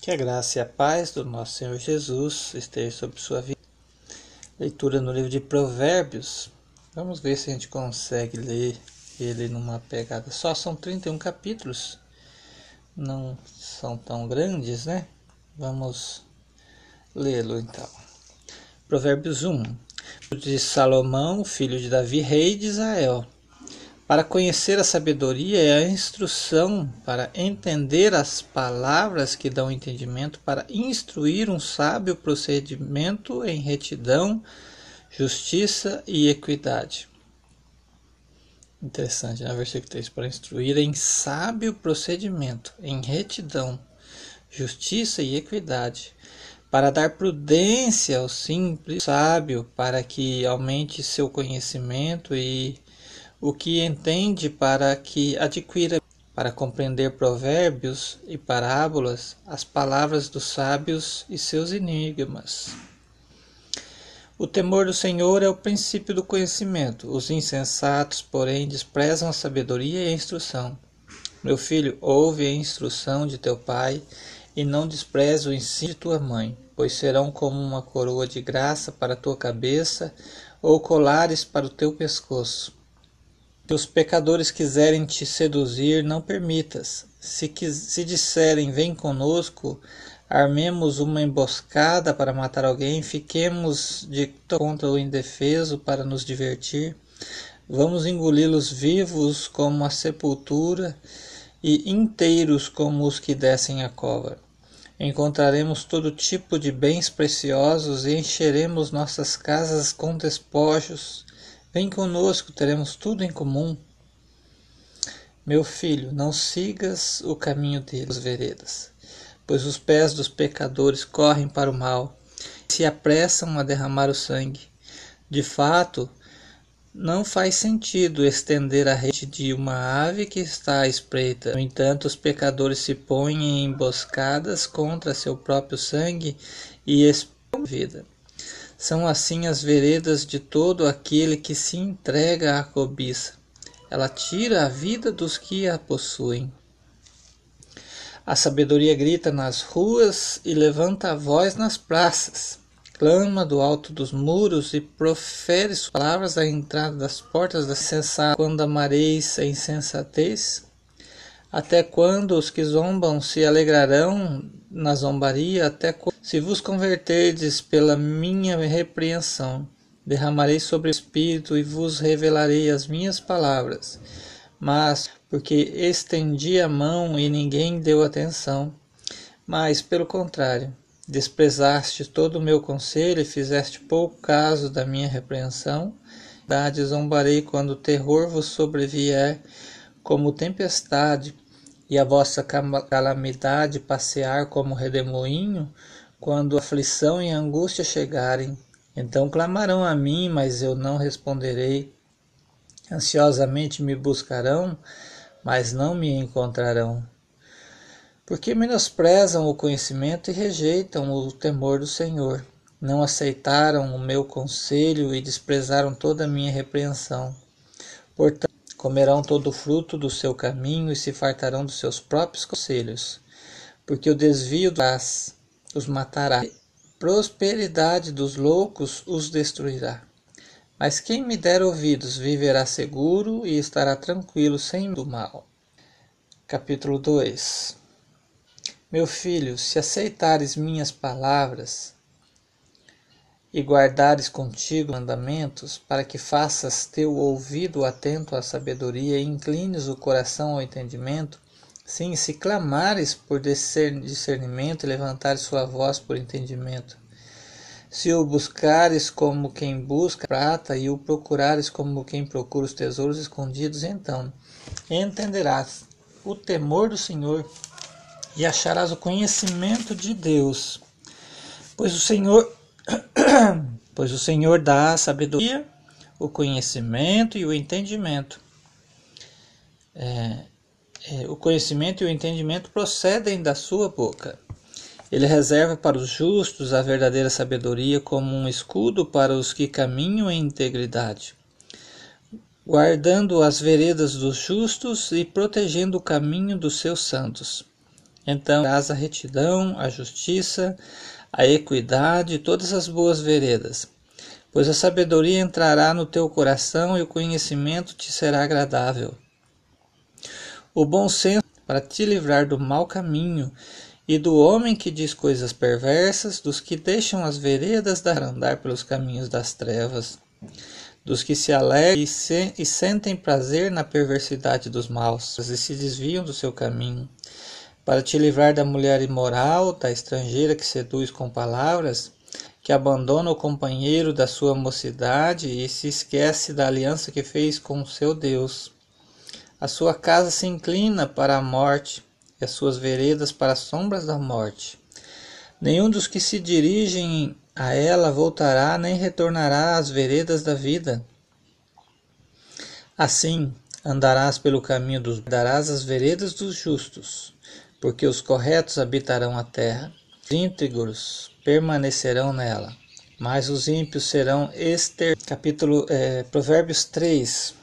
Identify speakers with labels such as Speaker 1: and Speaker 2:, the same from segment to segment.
Speaker 1: Que a graça e a paz do nosso Senhor Jesus esteja sobre sua vida. Leitura no livro de Provérbios. Vamos ver se a gente consegue ler ele numa pegada só. São 31 capítulos. Não são tão grandes, né? Vamos lê-lo então. Provérbios 1. De Salomão, filho de Davi, rei de Israel. Para conhecer a sabedoria é a instrução, para entender as palavras que dão entendimento, para instruir um sábio procedimento em retidão, justiça e equidade. Interessante, na versículo 3, para instruir em sábio procedimento, em retidão, justiça e equidade, para dar prudência ao simples sábio, para que aumente seu conhecimento e o que entende para que adquira, para compreender provérbios e parábolas, as palavras dos sábios e seus enigmas. O temor do Senhor é o princípio do conhecimento. Os insensatos, porém, desprezam a sabedoria e a instrução. Meu filho, ouve a instrução de teu pai e não despreze o ensino de tua mãe, pois serão como uma coroa de graça para a tua cabeça ou colares para o teu pescoço. Se os pecadores quiserem te seduzir, não permitas. Se disserem, vem conosco, armemos uma emboscada para matar alguém, fiquemos de contra o indefeso para nos divertir, vamos engoli-los vivos como a sepultura e inteiros como os que descem a cova. Encontraremos todo tipo de bens preciosos e encheremos nossas casas com despojos. Vem conosco, teremos tudo em comum. Meu filho, não sigas o caminho deles, veredas, pois os pés dos pecadores correm para o mal, se apressam a derramar o sangue. De fato, não faz sentido estender a rede de uma ave que está à espreita. No entanto, os pecadores se põem em emboscadas contra seu próprio sangue e esperam vida. São assim as veredas de todo aquele que se entrega à cobiça. Ela tira a vida dos que a possuem. A sabedoria grita nas ruas e levanta a voz nas praças. Clama do alto dos muros e profere suas palavras à entrada das portas da sensata. Quando amareis a insensatez? Até quando os que zombam se alegrarão na zombaria? Até quando, se vos converterdes pela minha repreensão, derramarei sobre o Espírito e vos revelarei as minhas palavras. Mas, porque estendi a mão e ninguém deu atenção, mas, pelo contrário, desprezaste todo o meu conselho e fizeste pouco caso da minha repreensão, zombarei quando o terror vos sobrevier como tempestade, e a vossa calamidade passear como redemoinho, quando aflição e angústia chegarem. Então clamarão a mim, mas eu não responderei. Ansiosamente me buscarão, mas não me encontrarão. Porque menosprezam o conhecimento e rejeitam o temor do Senhor. Não aceitaram o meu conselho e desprezaram toda a minha repreensão. Portanto, comerão todo o fruto do seu caminho e se fartarão dos seus próprios conselhos, porque o desvio das os matará, prosperidade dos loucos os destruirá. Mas quem me der ouvidos viverá seguro e estará tranquilo sem do mal. Capítulo 2. Meu filho, se aceitares minhas palavras e guardares contigo mandamentos, para que faças teu ouvido atento à sabedoria e inclines o coração ao entendimento, sim, se clamares por discernimento e levantares sua voz por entendimento, se o buscares como quem busca prata e o procurares como quem procura os tesouros escondidos, então entenderás o temor do Senhor e acharás o conhecimento de Deus, pois o Senhor dá a sabedoria, o conhecimento e o entendimento. O conhecimento e o entendimento procedem da sua boca. Ele reserva para os justos a verdadeira sabedoria como um escudo para os que caminham em integridade, guardando as veredas dos justos e protegendo o caminho dos seus santos. Então terás a retidão, a justiça, a equidade e todas as boas veredas. Pois a sabedoria entrará no teu coração e o conhecimento te será agradável. O bom senso para te livrar do mau caminho e do homem que diz coisas perversas, dos que deixam as veredas da andar pelos caminhos das trevas, dos que se alegram e sentem prazer na perversidade dos maus e se desviam do seu caminho, para te livrar da mulher imoral, da estrangeira que seduz com palavras, que abandona o companheiro da sua mocidade e se esquece da aliança que fez com o seu Deus. A sua casa se inclina para a morte, e as suas veredas para as sombras da morte. Nenhum dos que se dirigem a ela voltará, nem retornará às veredas da vida. Assim, andarás pelo caminho darás as veredas dos justos, porque os corretos habitarão a terra. Os íntegros permanecerão nela, mas os ímpios serão exterminados. Provérbios 3.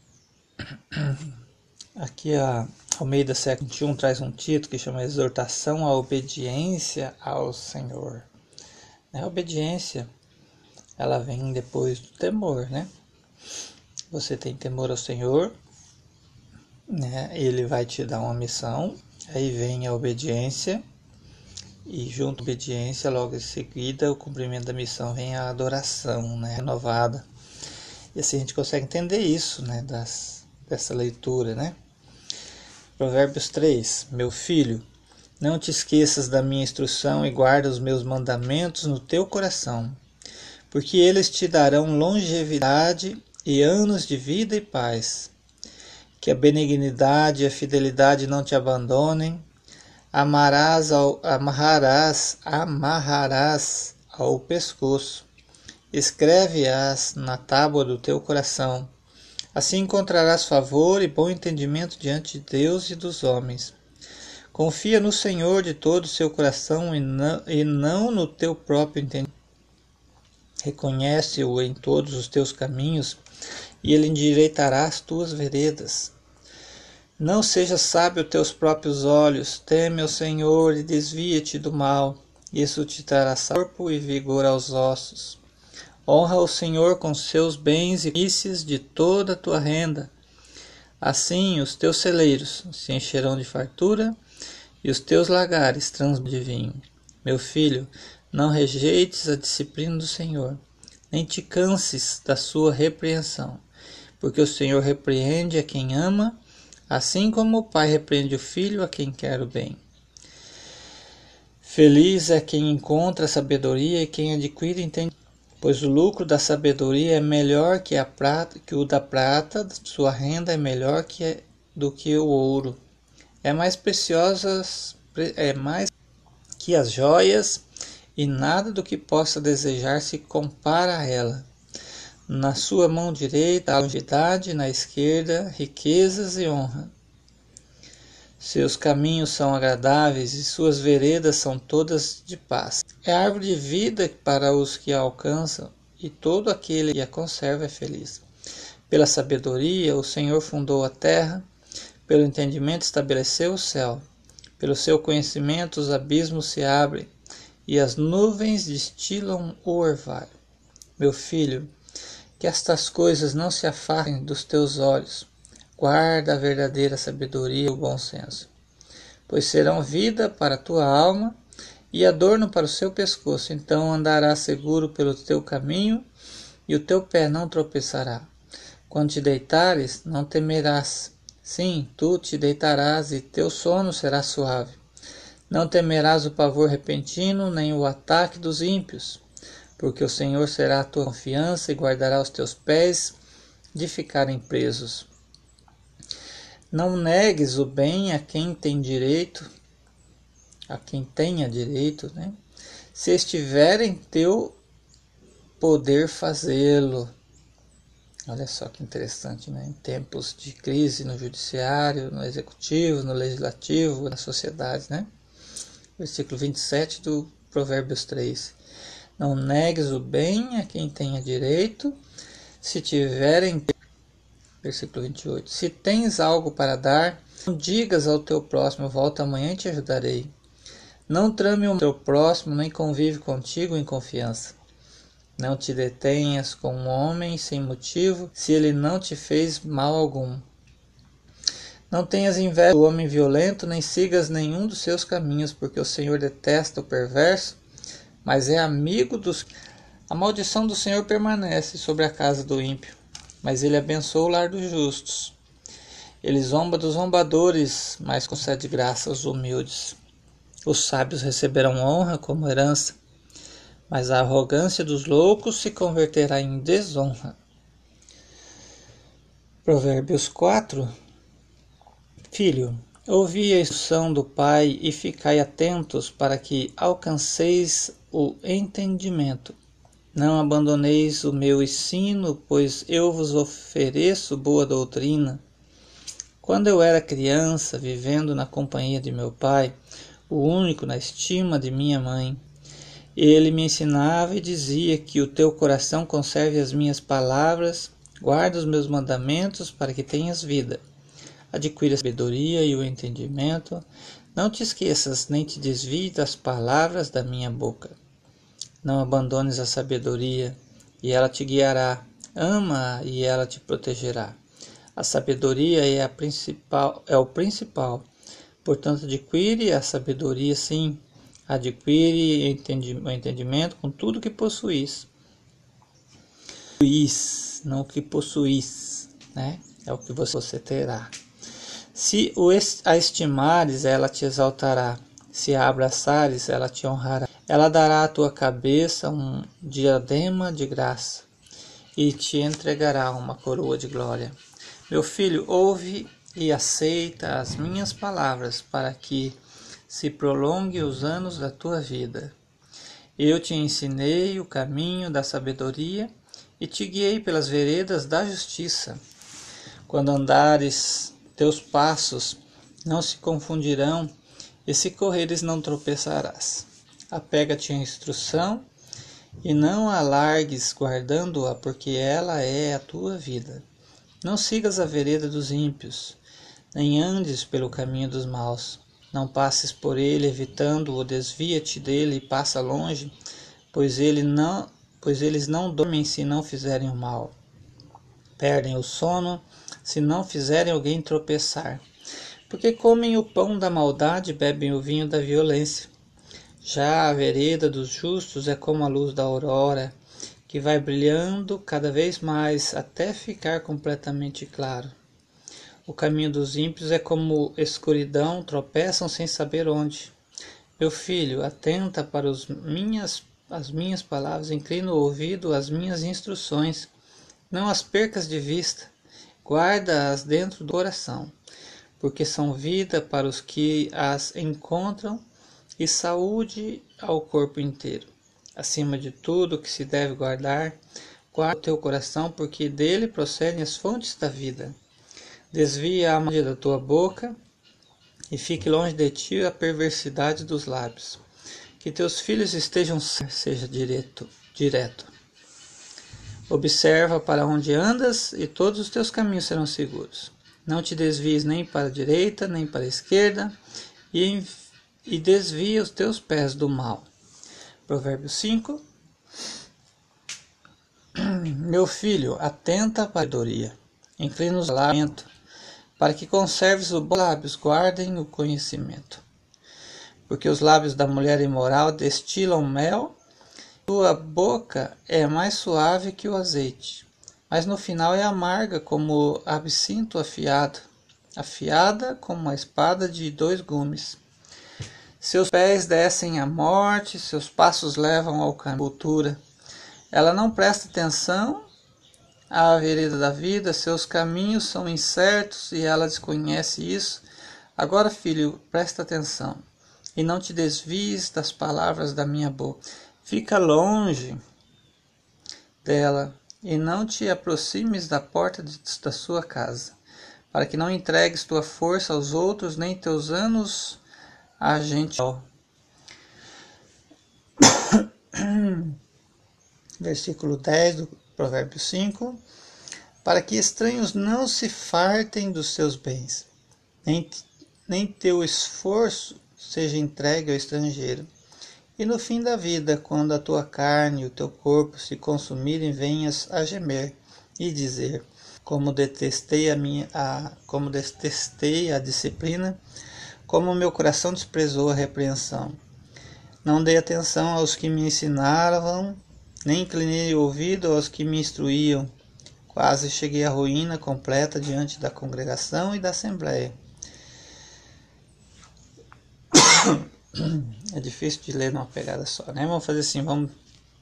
Speaker 1: Aqui a Almeida século XXI traz um título que chama Exortação à Obediência ao Senhor. A obediência, ela vem depois do temor, né? Você tem temor ao Senhor, né? Ele vai te dar uma missão, aí vem a obediência, e junto à obediência, logo em seguida, o cumprimento da missão, vem a adoração, né? Renovada. E assim a gente consegue entender isso, né? Dessa leitura, né? Provérbios 3. Meu filho, não te esqueças da minha instrução e guarda os meus mandamentos no teu coração, porque eles te darão longevidade e anos de vida e paz. Que a benignidade e a fidelidade não te abandonem. Amarrarás ao pescoço. Escreve-as na tábua do teu coração. Assim encontrarás favor e bom entendimento diante de Deus e dos homens. Confia no Senhor de todo o seu coração e não no teu próprio entendimento. Reconhece-o em todos os teus caminhos e ele endireitará as tuas veredas. Não sejas sábio aos teus próprios olhos, teme ao Senhor e desvia-te do mal. Isso te trará corpo e vigor aos ossos. Honra o Senhor com seus bens e primícias de toda a tua renda. Assim os teus celeiros se encherão de fartura e os teus lagares transbordarão de vinho. Meu filho, não rejeites a disciplina do Senhor, nem te canses da sua repreensão, porque o Senhor repreende a quem ama, assim como o pai repreende o filho a quem quer o bem. Feliz é quem encontra sabedoria e quem adquire entendimento, pois o lucro da sabedoria é melhor que o da prata, sua renda é melhor do que o ouro. É mais que as joias, e nada do que possa desejar se compara a ela. Na sua mão direita há longevidade, na esquerda riquezas e honra. Seus caminhos são agradáveis e suas veredas são todas de paz. É a árvore de vida para os que a alcançam, e todo aquele que a conserva é feliz. Pela sabedoria o Senhor fundou a terra, pelo entendimento estabeleceu o céu. Pelo seu conhecimento os abismos se abrem, e as nuvens destilam o orvalho. Meu filho, que estas coisas não se afastem dos teus olhos. Guarda a verdadeira sabedoria e o bom senso, pois serão vida para a tua alma e adorno para o seu pescoço. Então andarás seguro pelo teu caminho e o teu pé não tropeçará. Quando te deitares, não temerás. Sim, tu te deitarás e teu sono será suave. Não temerás o pavor repentino, nem o ataque dos ímpios, porque o Senhor será a tua confiança e guardará os teus pés de ficarem presos. Não negues o bem a quem tem direito, né? Se estiver em teu poder fazê-lo. Olha só que interessante, né? Em tempos de crise no judiciário, no executivo, no legislativo, na sociedade, né? Versículo 27 do Provérbios 3. Não negues o bem a quem tenha direito, se tiverem. Versículo 28. Se tens algo para dar, Não digas ao teu próximo, volta amanhã e te ajudarei. Não trame o teu próximo, nem convive contigo em confiança. Não te detenhas com um homem sem motivo, se ele não te fez mal algum. Não tenhas inveja do homem violento, nem sigas nenhum dos seus caminhos, porque o Senhor detesta o perverso, mas é amigo dos... A maldição do Senhor permanece sobre a casa do ímpio, mas ele abençoa o lar dos justos. Ele zomba dos zombadores, mas concede graça aos humildes. Os sábios receberão honra como herança, mas a arrogância dos loucos se converterá em desonra. Provérbios 4. Filho, ouvi a instrução do Pai e ficai atentos para que alcanceis o entendimento. Não abandoneis o meu ensino, pois eu vos ofereço boa doutrina. Quando eu era criança, vivendo na companhia de meu pai, o único na estima de minha mãe, ele me ensinava e dizia que o teu coração conserve as minhas palavras, guarda os meus mandamentos para que tenhas vida. Adquire a sabedoria e o entendimento. Não te esqueças nem te desvie das palavras da minha boca. Não abandones a sabedoria, e ela te guiará. Ama-a e ela te protegerá. A sabedoria é o principal. Portanto, adquire a sabedoria, sim. Adquire o entendimento com tudo que possuís. Não o que possuís, né? É o que você terá. Se a estimares, ela te exaltará. Se a abraçares, ela te honrará. Ela dará à tua cabeça um diadema de graça e te entregará uma coroa de glória. Meu filho, ouve e aceita as minhas palavras para que se prolongue os anos da tua vida. Eu te ensinei o caminho da sabedoria e te guiei pelas veredas da justiça. Quando andares, teus passos não se confundirão, e se correres não tropeçarás. Apega-te à instrução e não a largues guardando-a, porque ela é a tua vida. Não sigas a vereda dos ímpios, nem andes pelo caminho dos maus. Não passes por ele evitando-o, desvia-te dele e passa longe, pois eles não dormem se não fizerem o mal. Perdem o sono se não fizerem alguém tropeçar. Porque comem o pão da maldade e bebem o vinho da violência. Já a vereda dos justos é como a luz da aurora, que vai brilhando cada vez mais até ficar completamente claro. O caminho dos ímpios é como escuridão, tropeçam sem saber onde. Meu filho, atenta para as minhas palavras, inclina o ouvido às minhas instruções. Não as percas de vista, guarda-as dentro do coração, porque são vida para os que as encontram e saúde ao corpo inteiro. Acima de tudo que se deve guardar, guarda o teu coração, porque dele procedem as fontes da vida. Desvia a maldade da tua boca e fique longe de ti a perversidade dos lábios. Que teus filhos estejam seja direto. Observa para onde andas e todos os teus caminhos serão seguros. Não te desvies nem para a direita, nem para a esquerda, e desvia os teus pés do mal. Provérbios 5. Meu filho, atenta para a sabedoria, inclina os lábios, para que conserves os bons lábios, guardem o conhecimento. Porque os lábios da mulher imoral destilam mel, tua boca é mais suave que o azeite, mas no final é amarga como absinto afiada como uma espada de 2 gumes. Seus pés descem à morte, seus passos levam ao caminho da cultura. Ela não presta atenção à vereda da vida, seus caminhos são incertos e ela desconhece isso. Agora, filho, presta atenção e não te desvies das palavras da minha boca. Fica longe dela e não te aproximes da porta da sua casa, para que não entregues tua força aos outros, nem teus anos a gente. Versículo 10 do Provérbio 5. Para que estranhos não se fartem dos seus bens, nem teu esforço seja entregue ao estrangeiro. E no fim da vida, quando a tua carne e o teu corpo se consumirem, venhas a gemer e dizer: como detestei a disciplina, como meu coração desprezou a repreensão. Não dei atenção aos que me ensinavam, nem inclinei o ouvido aos que me instruíam. Quase cheguei à ruína completa diante da congregação e da assembleia. É difícil de ler numa pegada só, né? Vamos fazer assim, vamos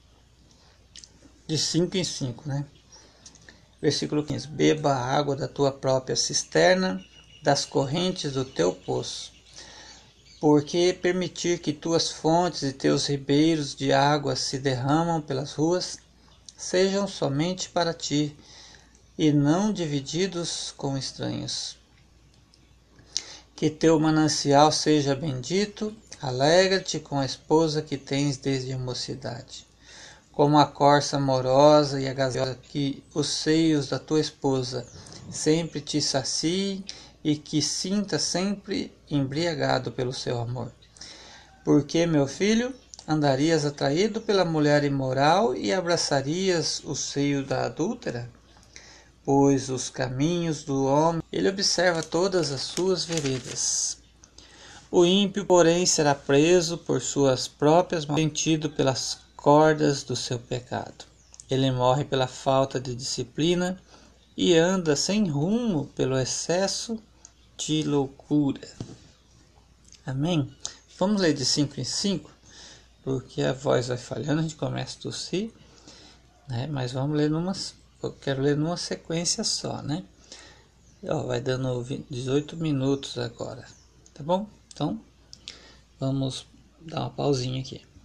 Speaker 1: de 5 em 5, né? Versículo 15. Beba a água da tua própria cisterna, das correntes do teu poço. Porque permitir que tuas fontes e teus ribeiros de água se derramam pelas ruas, sejam somente para ti, e não divididos com estranhos. Que teu manancial seja bendito, alegra-te com a esposa que tens desde a mocidade. Como a corça amorosa e agasalhada, que os seios da tua esposa sempre te saciem e que sinta sempre embriagado pelo seu amor. Porque, meu filho, andarias atraído pela mulher imoral e abraçarias o seio da adúltera? Pois os caminhos do homem, ele observa todas as suas veredas. O ímpio, porém, será preso por suas próprias mãos, sentido pelas cordas do seu pecado. Ele morre pela falta de disciplina e anda sem rumo pelo excesso de loucura. Amém? Vamos ler de 5 em 5, porque a voz vai falhando, a gente começa a tossir, né? Mas vamos ler eu quero ler numa sequência só, né? Vai dando 18 minutos agora, tá bom? Então, vamos dar uma pausinha aqui.